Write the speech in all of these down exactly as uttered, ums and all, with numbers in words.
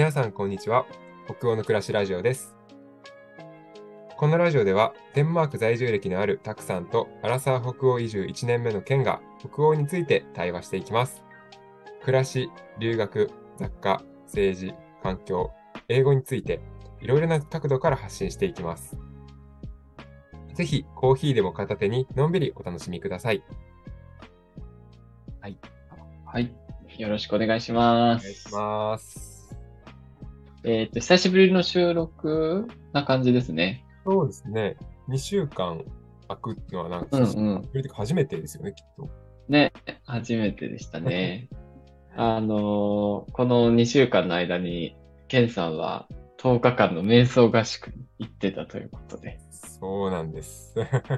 皆さん、こんにちは。北欧の暮らしラジオです。このラジオでは、デンマーク在住歴のあるタクさんと、アラサー北欧移住いちねんめのケンが、北欧について対話していきます。暮らし、留学、雑貨、政治、環境、英語について、いろいろな角度から発信していきます。ぜひ、コーヒーでも片手に、のんびりお楽しみください。 はい。はい。よろしくお願いしまお願いしす。 ます。 えっと、久しぶりの収録な感じですね。 そうですね。にしゅうかん空くっていうのは、なんかうん久しうん。 ぶりというか初めてですよね、きっと。 ね、初めてでしたね。あのーこのにしゅうかんの間に、ケンさんはとおかかんの瞑想合宿に行ってたということで。 そうなんです。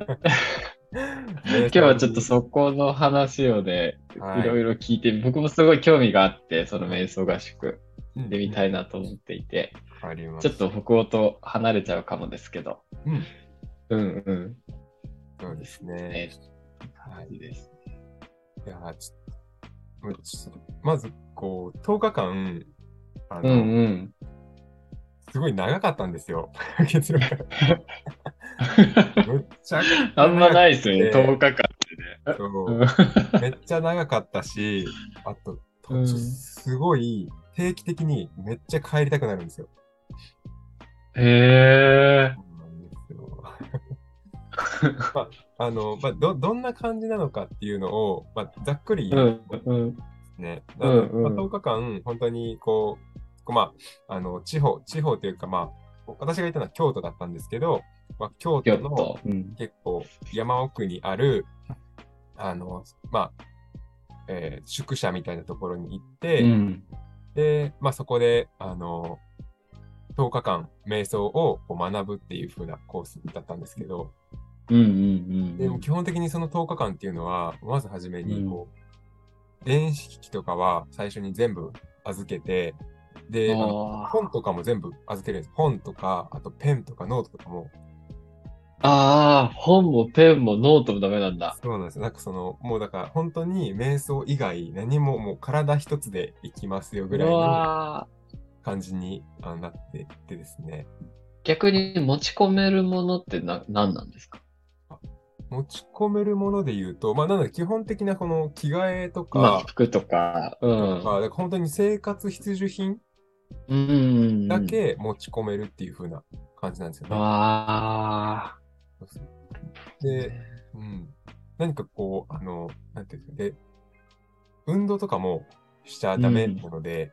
今瞑日はちょっと想に、 そこの話をね、いはい、 ろいろ聞いて、僕もすごい興味があって、そのはい、 瞑想合宿うん、 行ってみうん、 たいなと思っていて、 ありまちょっす。 と北欧と離れちゃうかもですけど。 うん、 うんうん。 そうですね。 えー、 はい。 感じです。 いやー、ちょっと、ちょっとまず、こう、とおかかん、あうんの、 うん。 すごい長かったんですよ。結論から。むっちゃくちあんまゃ長くないですよね、10 て、 日間ってね。 そう、めっちゃ長かったし、あと、途中、 うん。 すごい、定期的にめっちゃ帰りたくなるんですよ。 へえ。 そうなんですよ。まあ、あの、まあ、ど、どんな感じなのかっていうのを、まあ、ざっくり言ううんとうん。 ですね、 うあの、まあ、10 んうん。 日間、本当に、こう、こうまあ、あの、地方、地方というか、まあ、私がいたのは京都だったんですけど、まあ、京都のヨット。うん。 結構山奥にある、あの、まあ、えー宿舎みたいなところに行って、 うん。 で、まあ、そこで、あの、とおかかん瞑想をこう学ぶっていう風なコースだったんですけど、 うんうでもん基本的にそのとおかかんっていうのは、まずはじめに、 うんうん。 こう、電子機器とかは最初に全部預けて、 うん。 で、あの、本あとかも全部預けるんです。本とか、あとペンとかノートとかも、 あ。ああ、本もペンもノートもダメなんだ。 そうなんですよ。なんかその、もうだから本当に瞑想以外何ももう体一つでいきますよぐうらいのわー。 感じにあなってってですね。 逆に持ち込めるものってな、何なんですか？ 持ち込めるもので言うと、まあ、なので基本的なこの着替えとまあ、 か、 服とか、うとか、 ん。 だから本当に生活必需品うんうんだうん。 け持ち込めるっていう風な感じなんですよね。 ああ。 そうそうで、うん。何かこう、あの、なんていうんですか、で、運動とかもしちゃダメうん。 なので、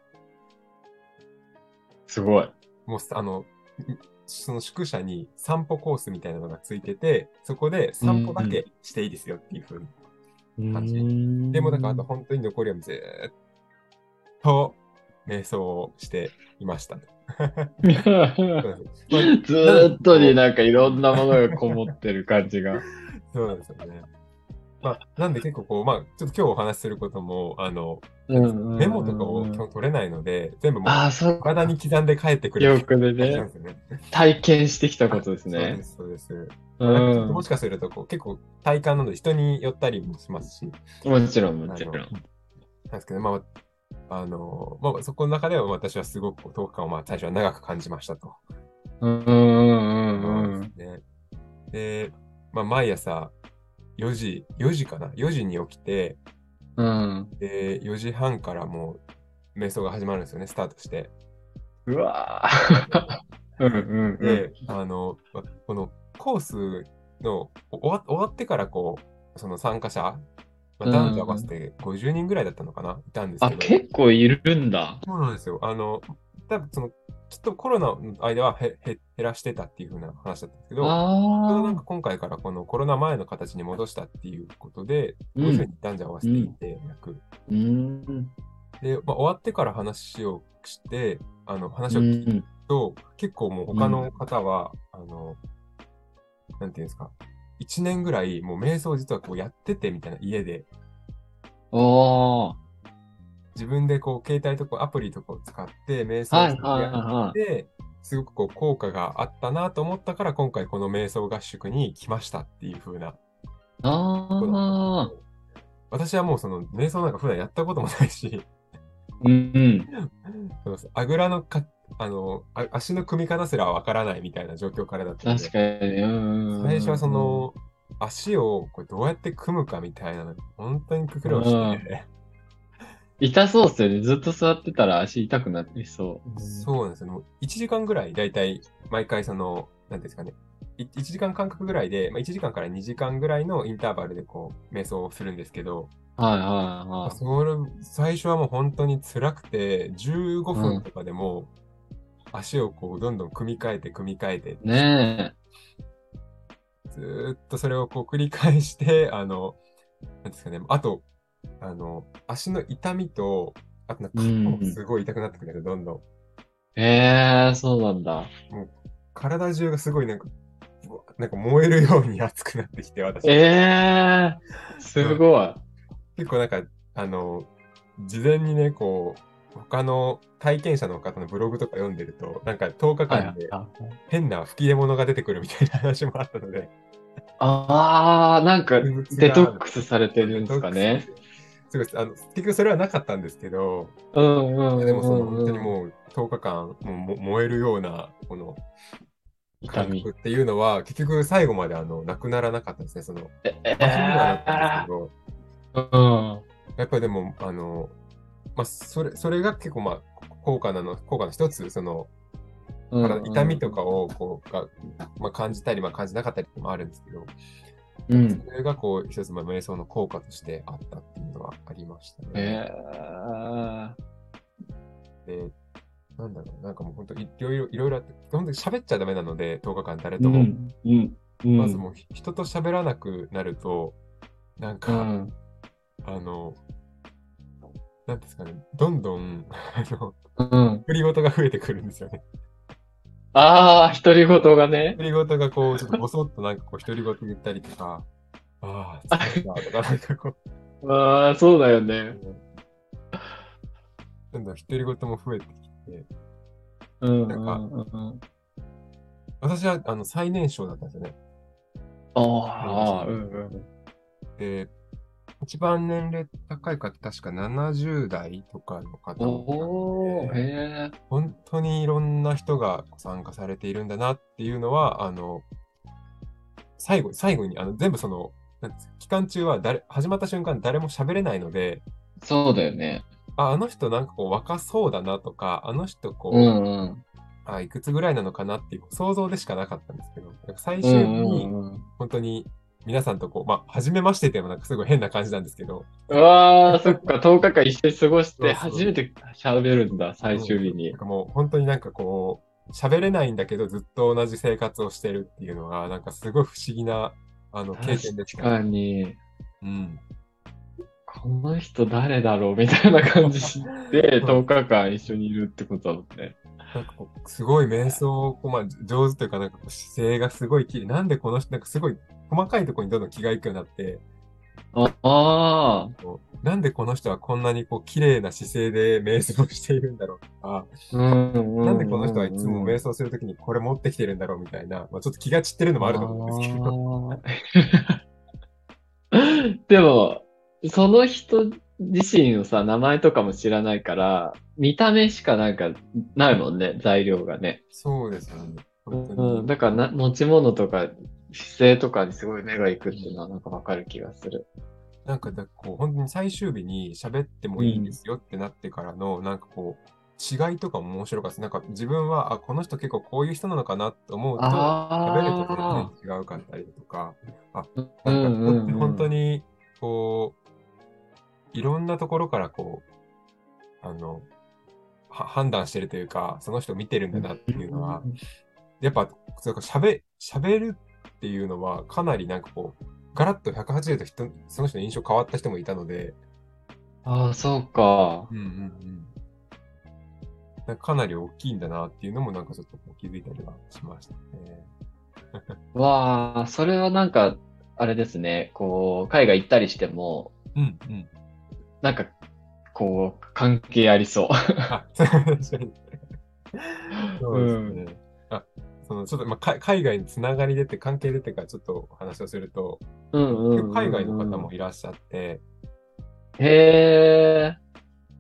すごい。 もう、あの、その宿舎に散歩コースみたいなのがついてて、そこでう散歩だけん。 していいですよっていう風なうー感じ。でも、だから、あとん。 本当に残りはずーっと瞑想をしていました。そうなんです。まあ、 ずなのでーっとに結構、 なんかいろんなものがこもってる感じが。 そうなんですよね。まあ、なんで結構こう、まあ、ちょっと今日お話しすることも、あの、 うんうなんですかメモとかをんうんうん。 基本取れないので、全部もうああ、そっか。 体に刻んで帰ってくるみ記たいな憶でね、 感じなんですよね。 体験してきたこあ、 とですね。 そうです、そうです。 うまあ、なんかちょっともしん。 かするとこう、結構体感なので人によったりもしますし、 もちろん、もあの、 ちろん。 なんですけど、まあ、あの、まあ、そこの中では私はすごくこうとおかかんをまあ最初は長く感じましたと。 うんうんそうでうんうん。 すね。で、まあ、毎朝よじ、よじかな？ よ 時に起きて、 うん。 で、よじはんからもう瞑想が始まるんですよね、スタートして。 うわー。うんうんうん。 で、あの、まこのコースのお終わ、終わってからこう、その参加者、まあ、 う男女合わせん。 てごじゅうにんぐらいだったのかな、いたんですあ、 けど、 結構いるんだ。 そうなんですよ。あの、多分その、きっとコロナの間はへへ減らしてたっていう風な話だったんですけど、ちょうどなんかああ。 今回からこのコロナ前の形に戻したっていうことで、 うん。 ごじゅうにん男女合わせていうん。 て、約。 うん。 で、まあ、終わってから話をして、あの、 う話を聞くん。 と、結構もううん。 他の方は、あの、なんていうんですか、いちねんぐらいもう瞑想を実はこうやっててみたいな家で、 おー。 自分でこう携帯とかアプリとかを使って瞑想をはいはいずっとやっはて、すごくこう効果があったなと思ったから今回この瞑想合宿に来ましたっていう風なこい。 とだったんですけああ。 ど、私はもうその瞑想なんか普段やったこともないし、 うん。 そうそうあぐらのか、あの、あ足の組み方すらわからないみたいな状況からだったので、 確かに。うん。 最初はそうん。 の、足をこれどうやって組むかみたいなの、本当に苦う労しん。うん。 て、 痛そうっすよね。ずっと座ってたら足痛くなってそう。うん。 そうなんですよ。もういちじかんぐらい、だいたい毎回その、なんていうんですかね、いいちじかん間隔ぐらいで、まあ、いちじかんかんからにじかんぐらいのインターバルでこう、瞑想をするんですけど、 はいはいはそれ、最初はもう本当に辛くて、15 い。うん。 分とかでも足をこう、どんどん組み替えて組み替えて、 ねずーっとそれをこう繰り返して、あの、なんですかね、あと、あの、足の痛みと、あとなんえ。うか肩もん。 すごい痛くなってくるんですよ、どんどええ、そうなんだ。 ん。もう体中がすごいなんか、うわなんか燃えるように熱くなってきて、私。 ええ、 うん、 すごい。 結構なんか、あの、事前にね、こう、他の体験者の方のブログとか読んでると、なんかとおかかんではいはいはい。 変な吹き出物が出てくるみたいな話もあったので、 ああ、なんか異物デトがある。 ックスされてるんですデトックス。 かね。 すごいです。あの、結局それはなかったんですけど、 うんういやでもその本当にんうんうん。 もうとおかかん、もうも燃えるような、この痛み。 感覚っていうのは、結局最後まであの、なくならなかったですね。その、 え、 麻痺にはなったんですけえど、 え、うん。 やっぱりでも、あの、まあ、それ、それが結構まあ、効果なの、効果の一つ、その、 う体、痛みんうんとかを、こう、が、まあ、感じたり、まあ、感じなかったりもあるんですけど、 うん。 なんかうん。 それがこう、一つ、まあ、瞑想の効果としてあったっていうのはありましたね。 ええ、 で、なんだろう、なんかもう本当いろいろ、いろいろあって、本当に喋っちゃダメなので、とおかかん誰とも。 うん、うん、うん、 まずもう人と喋らなくなると、なんか、 うん、 あの、なんですかね、どんどん、あの、 うん。 振り事が増えてくるんですよね。 ああ、独り言がね。 独り言がこう、ちょっとボソッとなんかこう、独り言言ったりとか、ああ、疲れたとか、なんかこああ、そうだよう、 ね。 うんどんどん独り言も増えてきて、 うん、 なんか、 うん、うん。 私はあの最年少だったんですよね。 ああ、うメンバーの中ん、うん。 で、一番年齢高い方、確かななじゅう代とかの方もいたのおー、 で、 へえ。 本当にいろんな人が参加されているんだなっていうのは、あの、最後、最後に、あの、全部その、なんですか期間中は誰、始まった瞬間誰も喋れないので、 そうだよね。 あ、あの人なんかこう若そうだなとか、あの人うこん、うん。 う、あ、いくつぐらいなのかなっていう想像でしかなかったんですけど、なんか最う終日に、 ん、うん、うん。 本当に皆さんとこう、まあ、初めましてっていうのもなんかすごい変な感じなんですけど、 うわあ、そっか、とおかかん一緒に過ごしてそうそう、 初めて喋るんだ、最そうなんですよ。 終日に。 なんかもう本当になんかこう、喋れないんだけどずっと同じ生活をしてるっていうのが、なんかすごい不思議な、あの、経確験でしたね。 かに、 うん。 この人誰だろうみたいな感じでそうとおかかん一緒にいるってことだもんね。 なんかこう、すごい瞑想をこう、まあ、上手というか、なんかこう姿勢がすごい綺麗。なんでこの人、なんかすごい細かいところにどんどん気がいくようになって、 ああ、 こうなんでこの人はこんなにこう綺麗な姿勢で瞑想しているんだろうとか、 うんうなんでこの人はいんつもうんうん。 瞑想するときにこれ持ってきてるんだろうみたいな、まあ、ちょっと気が散ってるのもあると思うんですけど。 ああ。でも、その人自身のさ、名前とかも知らないから、見た目しかなんかないもんね、材料がね。 そうですよね。本当うん、 に。 だからな、持ち物とか姿勢とかにすごい目がいくっていうのはなんかわかる気がする。 なんかだ、こう、本当に最終日に喋ってもいいでうん。 すよってなってからの、なんかこう、違いとかも面白かったです。なんか自分は、あ、この人結構こういう人なのかなと思うと、喋ると全然ああ、 違うかったりとか、あ、 うんうなんか人ってん本うん。 当に、こう、いろんなところからこう、あの、は判断してるというか、その人を見てるんうだなっていうのは、 ん。 やっぱ、そうか喋、喋るっていうのは、かなりなんかこう、ガラッとひゃくはちじゅうど人、その人の印象変わった人もいたので、 ああ、そうか。 うんうんうん。なんかかなり大きいんだなっていうのもなんかちょっと気づいたりはしましたね。 わあ、それはなんか、あれですね。こう、海外行ったりしても、 うんうん。 なんか、こう、関係ありそあ、そう確かに。 う。 そうですうん。 ね。あ、そのちょっと、まあ、か海外につながり出て、関係出てからちょっとお話をすると、 うんう結構海外のんうんうん。 方もいらっしゃって、 へえ。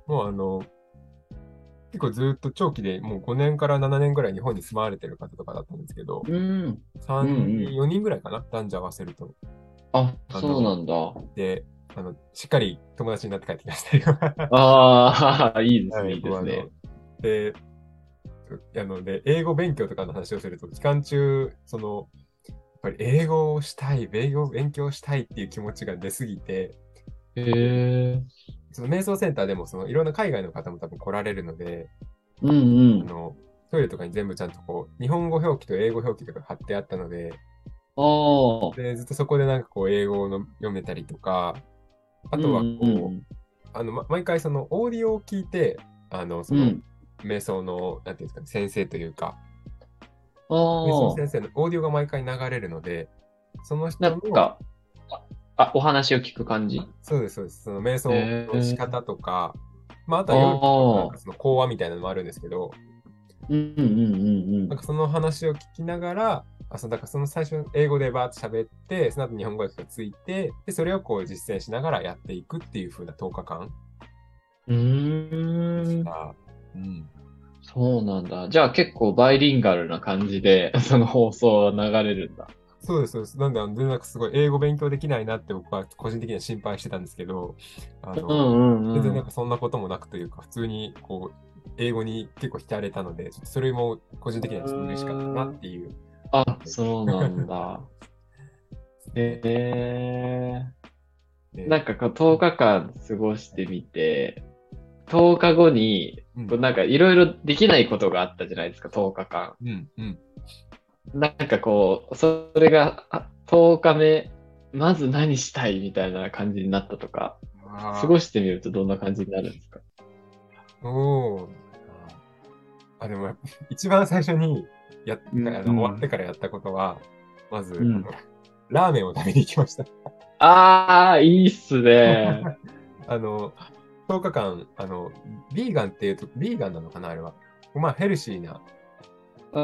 もうあの、結構ずっと長期でもうごねんからななねんぐらい日本に住まわれてる方とかだったんですけど、 うん。うんうさんにん、 ん。 よにんぐらいかな、男女合わせると。 あ、そうあの、 なんだ。 で、あの、しっかり友達になって帰ってきましたよ。 ああ、いいですね、 はい、 いいでもうあの、 すね。 で、あの、で、英語勉強とかの話をすると、期間中、その、やっぱり英語をしたい、英語を勉強したいっていう気持ちが出すぎて、 へあのえ。 その瞑想センターでもそのいろんな海外の方も多分来られるので、 うんうん。 あの、トイレとかに全部ちゃんとこう、日本語表記と英語表記とか貼ってあったので、 ああ。 で、ずっとそこでなんかこう、英語の読めたりとか、あとはうんうんうこう、 んあの、ま、毎回そのオーディオを聞いて、あの、そうん。うの、 ん。 瞑想の、なんていうんですかね、先生というか、 あ瞑想あ。 先生のオーディオが毎回流れるので、そのな人の、 んか、あ、お話を聞く感じ？ そうです、そうです、その瞑想への仕え。 方とか、まあ、あとあは夜聞くとなんかあ。 その講話みたいなのもあるんですけど、 うんうんうんうん。 なんかその話を聞きながら、あ、そう、だからその最初英語でバーッと喋って、その後日本語訳がついて、で、それをこう実践しながらやっていくっていう風なとおかかんうでーん。 した。うん。 そうなんだ。じゃあ結構バイリンガルな感じで、その放送は流れるんだ。 そうです、そうです。なんで、あの全然なんかすごい英語勉強できないなって僕は個人的には心配してたんですけど、あうの、 ん全うんうん。 然なんかそんなこともなくというか、普通にこう、英語に結構浸れたので、ちょっとそれも個人的にはちょっと嬉しかったなっていう。 あ、そうなんだ。へえ。なで、 んかこうとおかかん過ごしてみて、とおかごに、 うん、 こうなんかいろいろできないことがあったじゃないですか、とおかかうん、うん。 ん。なんかこう、それが、あとおかめ、まず何したいみたいな感じになったとか、過あごしてみるとどんな感じになるんですか？ あ、おー。あ、でもやっぱ、一番最初にやっ、 うん、 あの、終わってうん、 からやったことは、まず、あの、 うん。 ラーメンを食べに行きました。 ああ、いいっすね。 あの、とおかかん、あの、ビーガンっていうと、ビーガンなのかな、あれは。まあ、ヘルシーな。 うん。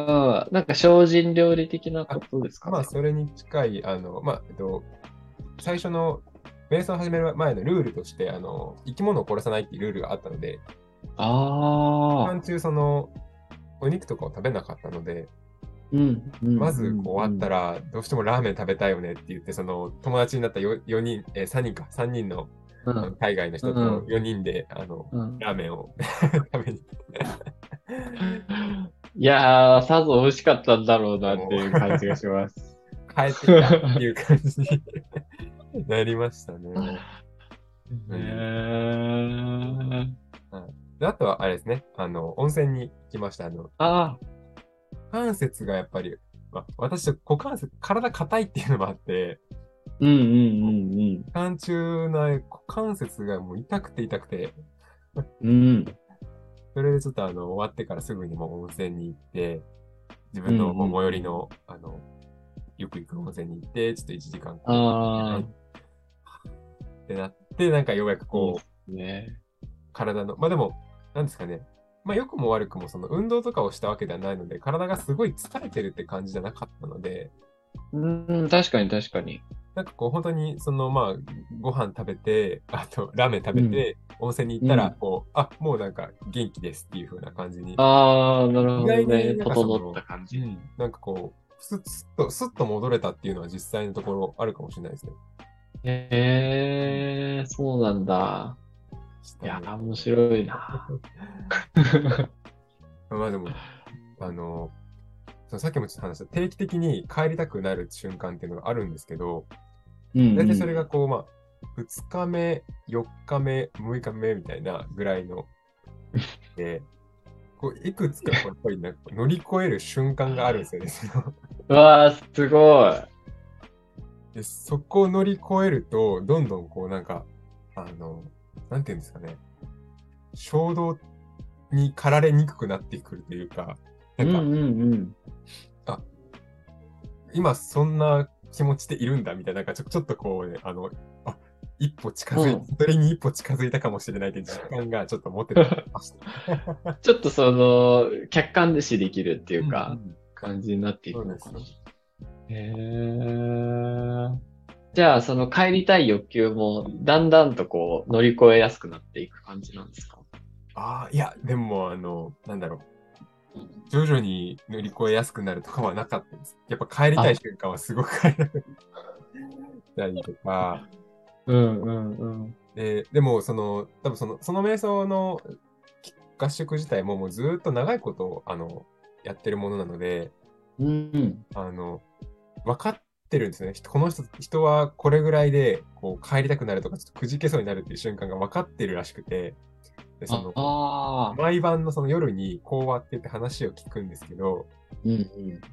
なんか精進料理的なあ、 ことですかまあ、 ね。 それに近い、あの、まあ、えっと、最初の、瞑想を始める前のルールとして、あの、生き物を殺さないっていうルールがあったので、期ああ、 間中、その、お肉とかを食べなかったので、 うん、うん、 まず、 うん、 こう、終わったうん。 ら、どうしてもラーメン食べたいよねって言って、その、友達になったよよにん、えー、さんにんか、さんにんの、あのうん、 海外のう人とん、 よにんで、あの、 うん。 ラーメンを食べに行っていやー、さぞ美味しかったんだろうなっもうていう感じがします。 帰ってきたっていう感じになりましたね。 へうん。 ー。 はい。で、あとは、あれですね。あの、温泉に行きました。あの、 あ股関節がやっぱり、まあ、私、股関節、体硬いっていうのもあって、 うんうんうん期間中の股関節がもう痛くて痛くて、 うん。うん。 それでちょっとあの、終わってからすぐにもう温泉に行って、自分のもううんうんうん。 最寄りの、あの、よく行く温泉に行って、ちょっといちじかんこう、はいっああ、 てなって、なんかようやくこう、 いいっすね。 体の、まあでも、なんですかね。まあ良くも悪くもその運動とかをしたわけではないので、体がすごい疲れてるって感じじゃなかったので、 うん、確かに確かに。 なんかこう本当にそのまあご飯食べて、あとラーメン食うん、 べて、温泉に行ったら、 うん。 こう、あ、もうなんか元気ですっていう風な感じに。 ああ、なる意ほどね。 外になんかそ整っの、 た感じ。 うん、なんかこう、スッスッと、スッと戻れたっていうのは実際のところあるかもしれないですね。うん。 へえ、そうなんだ。いや、 したね。 面白いな。 まあでも、あの、そのさっきもちょっと話した定期的に帰りたくなる瞬間っていうのがあるんですけど、 うん大体そうん。 れがこう、まあ、ふつかめ、よっかめ、むいかめみたいなぐらいの、で、こういくつかこうやっぱりなんか乗り越える瞬間があるんですよね。そのうわあ、すごい。 で、そこを乗り越えると、どんどんこうなんか、あの、なんていうんですかね、衝動に駆られにくくなってくるというか、なんか、 うんうんうん。 あ、今そんな気持ちでいるんだみたいな、なんかちょ、ちょっとこうね、あの、あ、一歩近づい、 うん。 それに一歩近づいたかもしれないという実感がちょっと持ててきました。 ちょっとその、客観視できるっていうんううか、 ん。 感じになっていそうです。 くのかな。へえ。じゃあ、その帰りたい欲求も、だんだんとこう、乗り越えやすくなっていく感じなんですか？ ああ、いや、でも、あの、なんだろう。徐々に乗り越えやすくなるとかはなかったです。やっぱ帰りたいあ、 瞬間はすごく帰りたくなったりとか、 うんうんうん。 で、でも、その、多分その、その瞑想の合宿自体ももうずーっと長いこと、あの、やってるものなので、 うん。 あの、分かってるんですよね。人この人、人はこれぐらいで、こう、帰りたくなるとか、ちょっとくじけそうになるっていう瞬間が分かってるらしくて、で、そあの、 あ、 毎晩のその夜にこうやって言って話を聞くんですけど、 うんうん。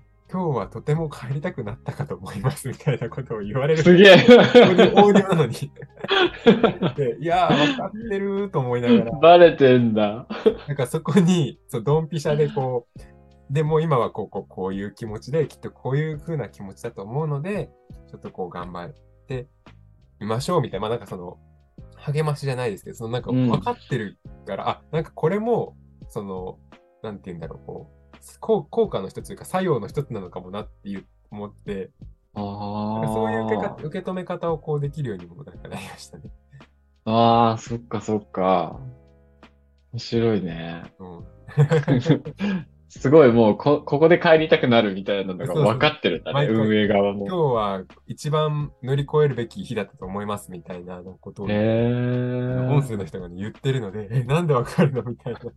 今日はとても帰りたくなったかと思いますみたいなことを言われる。 すげえ。 オーディオ、オーディオなのにで、いやー、分かってると思いながら、 バレてんだ。 なんかそこに、そう、ドンピシャでこう、でも今はこう、こう、こういう気持ちで、きっとこういう風な気持ちだと思うので、ちょっとこう頑張ってみましょうみたいな、まあなんかその、励ましじゃないですけど、そのなんかうん。 分かってるから、あ、なんかこれも、その、なんて言うんだろう、こう、効効果の一つというか、作用の一つなのかもなっていう思って、なんかそういう受けか、 あ受け止め方をこうできるようにもなんかなりましたね。 あ、ああ、そっかそっか。面白いね。 うん。 すごいもうこ、ここで帰りたくなるみたいなのが分かそうそう。 ってるんだね、 毎回、 運営側も。 今日は一番乗り越えるべき日だったと思いますみたいなことをへね、あの音声のえ。 人がね、言ってるので、え、なんでわかるのみたいな。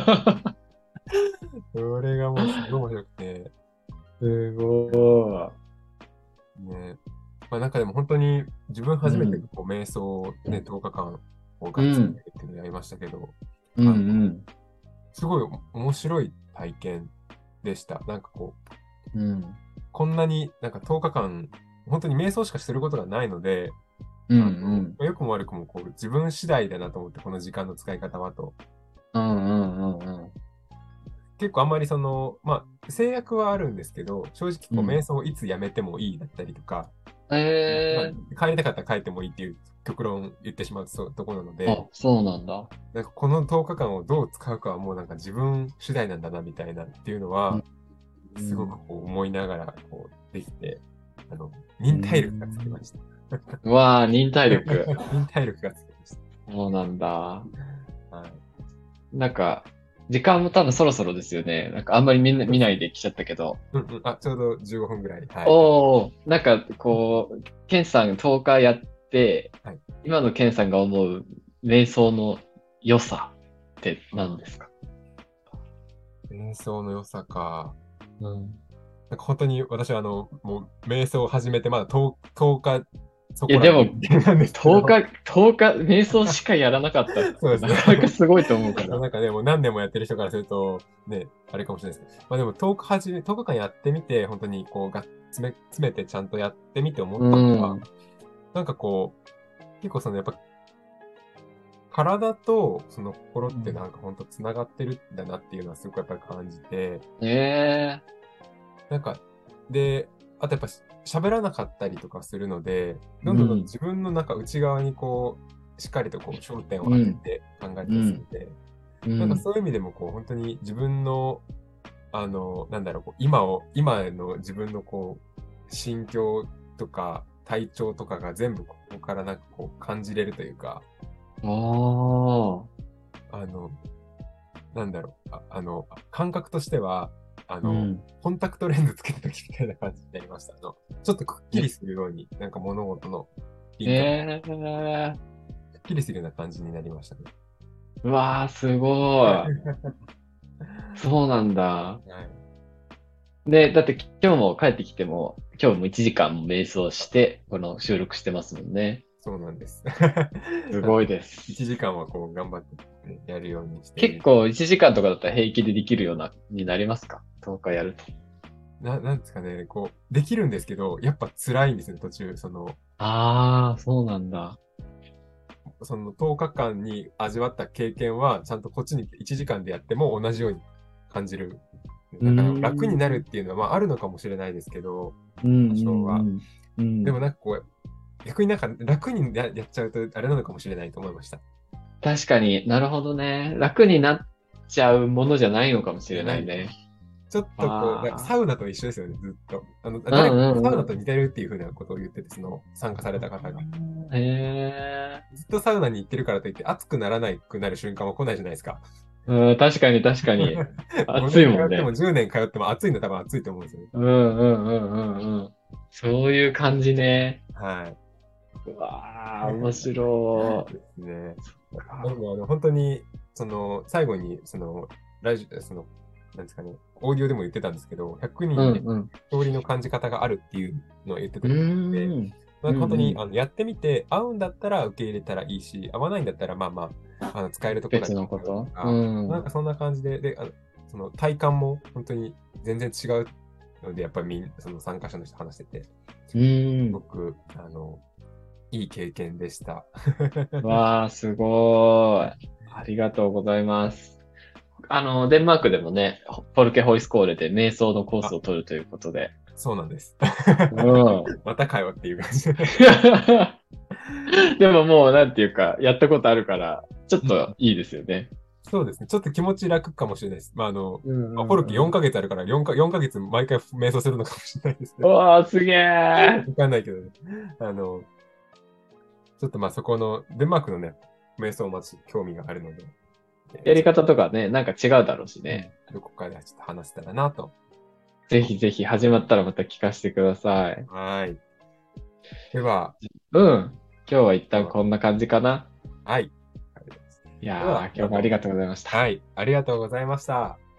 それがもうすごい面白くて、 すごね。まあなんかでも本当に自分い。う初めてん。 こう瞑想をね、とおかかんこうがっつりうん。 っていうのをやりましたけど、 うんあの、 うん。 すごい面白い体験でした。なんかこう、 うん。 こんなになんかとおかかん、本当に瞑想しかすることがないので、 うんうあの、 ん。 良くも悪くもこう自分次第だなと思って、この時間の使い方はと。 うんうんうんうん。 結構あんまりその、まあ、制約はあるんですけど、正直こう瞑うん。 想をいつやめてもいいだったりとか、まええ。 あ、帰りたかったら帰ってもいいっていう極論言ってしまうそうところなので、 あ、そうなんだ。 なんかこのとおかかんをどう使うかはもうなんか自分次第なんだなみたいなっていうのは、 うん。 すごくこう思いながらこうできて、あの、 う忍耐力がつきまん。 した。 うわあ、忍耐力。 忍耐力がつきましそうなんだ。 た。はい。 なんか、時間も多分そろそろですよね。なんかあんまり見な、見ないで来ちゃったけど。 うんうん。あ、ちょうどじゅうごふんぐらい。はい。 おー、なんかこう、ケンさんとおかやって、 はい。 今のケンさんが思う瞑想の良さって何ですか？ 瞑想の良さか。 うん。 なんか本当に私はあの、もう瞑想を始めてまだとおかそいや、 こらのでも、 人間なんですけ 10 ど、 日、とおか、瞑想しかやらなかったっそうですね。 てなかなかすごいと思うから。 なんかね、もう何年もやってる人からすると、ね、あれかもしれないですけど、まあでもとおかはじめ、とおかかんやってみて、本当にこうが詰め、詰めてちゃんとやってみて思っうたのは、 ん。 なんかこう、結構そのやっぱ体とその心ってなんか本当つながってるんだなっていうのはすごくやっぱり感じて、 ええ。 なんか、で、あとやっぱし喋らなかったりとかするので、どんどんどんどんうん。 自分のなんか内側にこう、しっかりとこう焦点を当てうん。 て考えたりするうん。 ので、 うん。 なんかそういう意味でもこう、本当に自分の、あの、なんだろう、こう今を、今の自分のこう、心境とか体調とかが全部ここからなんかこう感じれるというか、 ああ。 あの、なんだろう、あ、あの、感覚としては、あの、 うん。 コンタクトレンズつけた時みたいな感じになりました。あの、ちょっとくっきえ、 りするように、なんか物事の輪郭、くええ。 っきりするような感じになりましたね。 うわあ、すごい。そうなんだ。 はい。 で、だって今日も帰ってきても、今日もいちじかんも瞑想して、この収録してますもんね。 そうなんです。 すごいで 1 す。 時間はこう頑張ってねやるようにしている。 結構いちじかんとかだったら平気でできるような、になりますか？ とおか やると。 な、なんですかね、こう、できるんですけど、やっぱ辛いんですよ、途中。その、 ああ、そうなんだ。 そのとおかかんに味わった経験は、ちゃんとこっちにいちじかんでやっても同じように感じる。 うーだから楽になるん。 っていうのは、まああるのかもしれないですけど、 うん多少は。 うんうん。うん。 でもなんかこう、逆になんか楽にや、やっちゃうとあれなのかもしれないと思いました。 確かになるほどね。楽になっちゃうものじゃないのかもしれじゃない。 ないね。 ちょっとこう、なんかあサウナと一緒ですよね、ずっと。あの、 あ。 誰かうんうんうん。 サウナと似てるっていうふうなことを言ってて、その参加された方が。 へえ。 ずっとサウナに行ってるからといって、暑くならないくなる瞬間は来ないじゃないですか。 うん、確かに確かに。 5 暑い年通ってももんね。 じゅうねん通っても暑いの多分暑いと思うんですよね。 うんうんうんうんうん。そういう感じね。 はい。 うわあ、面白ですね。 い。 でも、あの、本当に、その、最後に、その、ラジオ、その、なんですかね、オーディオでも言ってたんですけど、ひゃくにんでうんうん。 勝利の感じ方があるっていうのを言ってうたので、 ーん。 なんか本当に、 うんうん。 あの、やってみて、合うんだったら受け入れたらいいし、合わないんだったら、まあまあ、あの、使えるとこだ別け使うとのことうか、なんん。 かそんな感じで、で、あの、その体感も本当に全然違うので、やっぱりみん、その参加者の人話してて、すうーん。 ごく、あの、いい経験でした。 わあ、すごい。ありがとうございます。あの、デンマークでもね、ポルケホイスコーレで瞑想のコースあ、 を取るということで。 そうなんです。 うん。 またかよっていう感じで。 でももう、なんていうか、やったことあるから、ちょっうん、 といいですよね。 そうですね。ちょっと気持ち楽かもしれないです。まあ、あの、 うんまあ、フォルキ4 うんうん。 ヶ月あるから、よんか、よんかげつ毎回瞑想するのかもしれないですね。 うわー、すげえ。 わかんないけどね。あの、ちょっとまあそこの、デンマークのね、瞑想も興味があるので、えーちょっやり方とかね、なんか違うだろうしと、うん、 ね。 どこかでちょっと話せたらなと。 ぜひぜひ始まったらまた聞かせてください。 はい。では、 うん。今日は一旦はこんな感じかな。 はい。 いでは、 やー、今あの、 日もありがとうございました。 はい。ありがとうございました。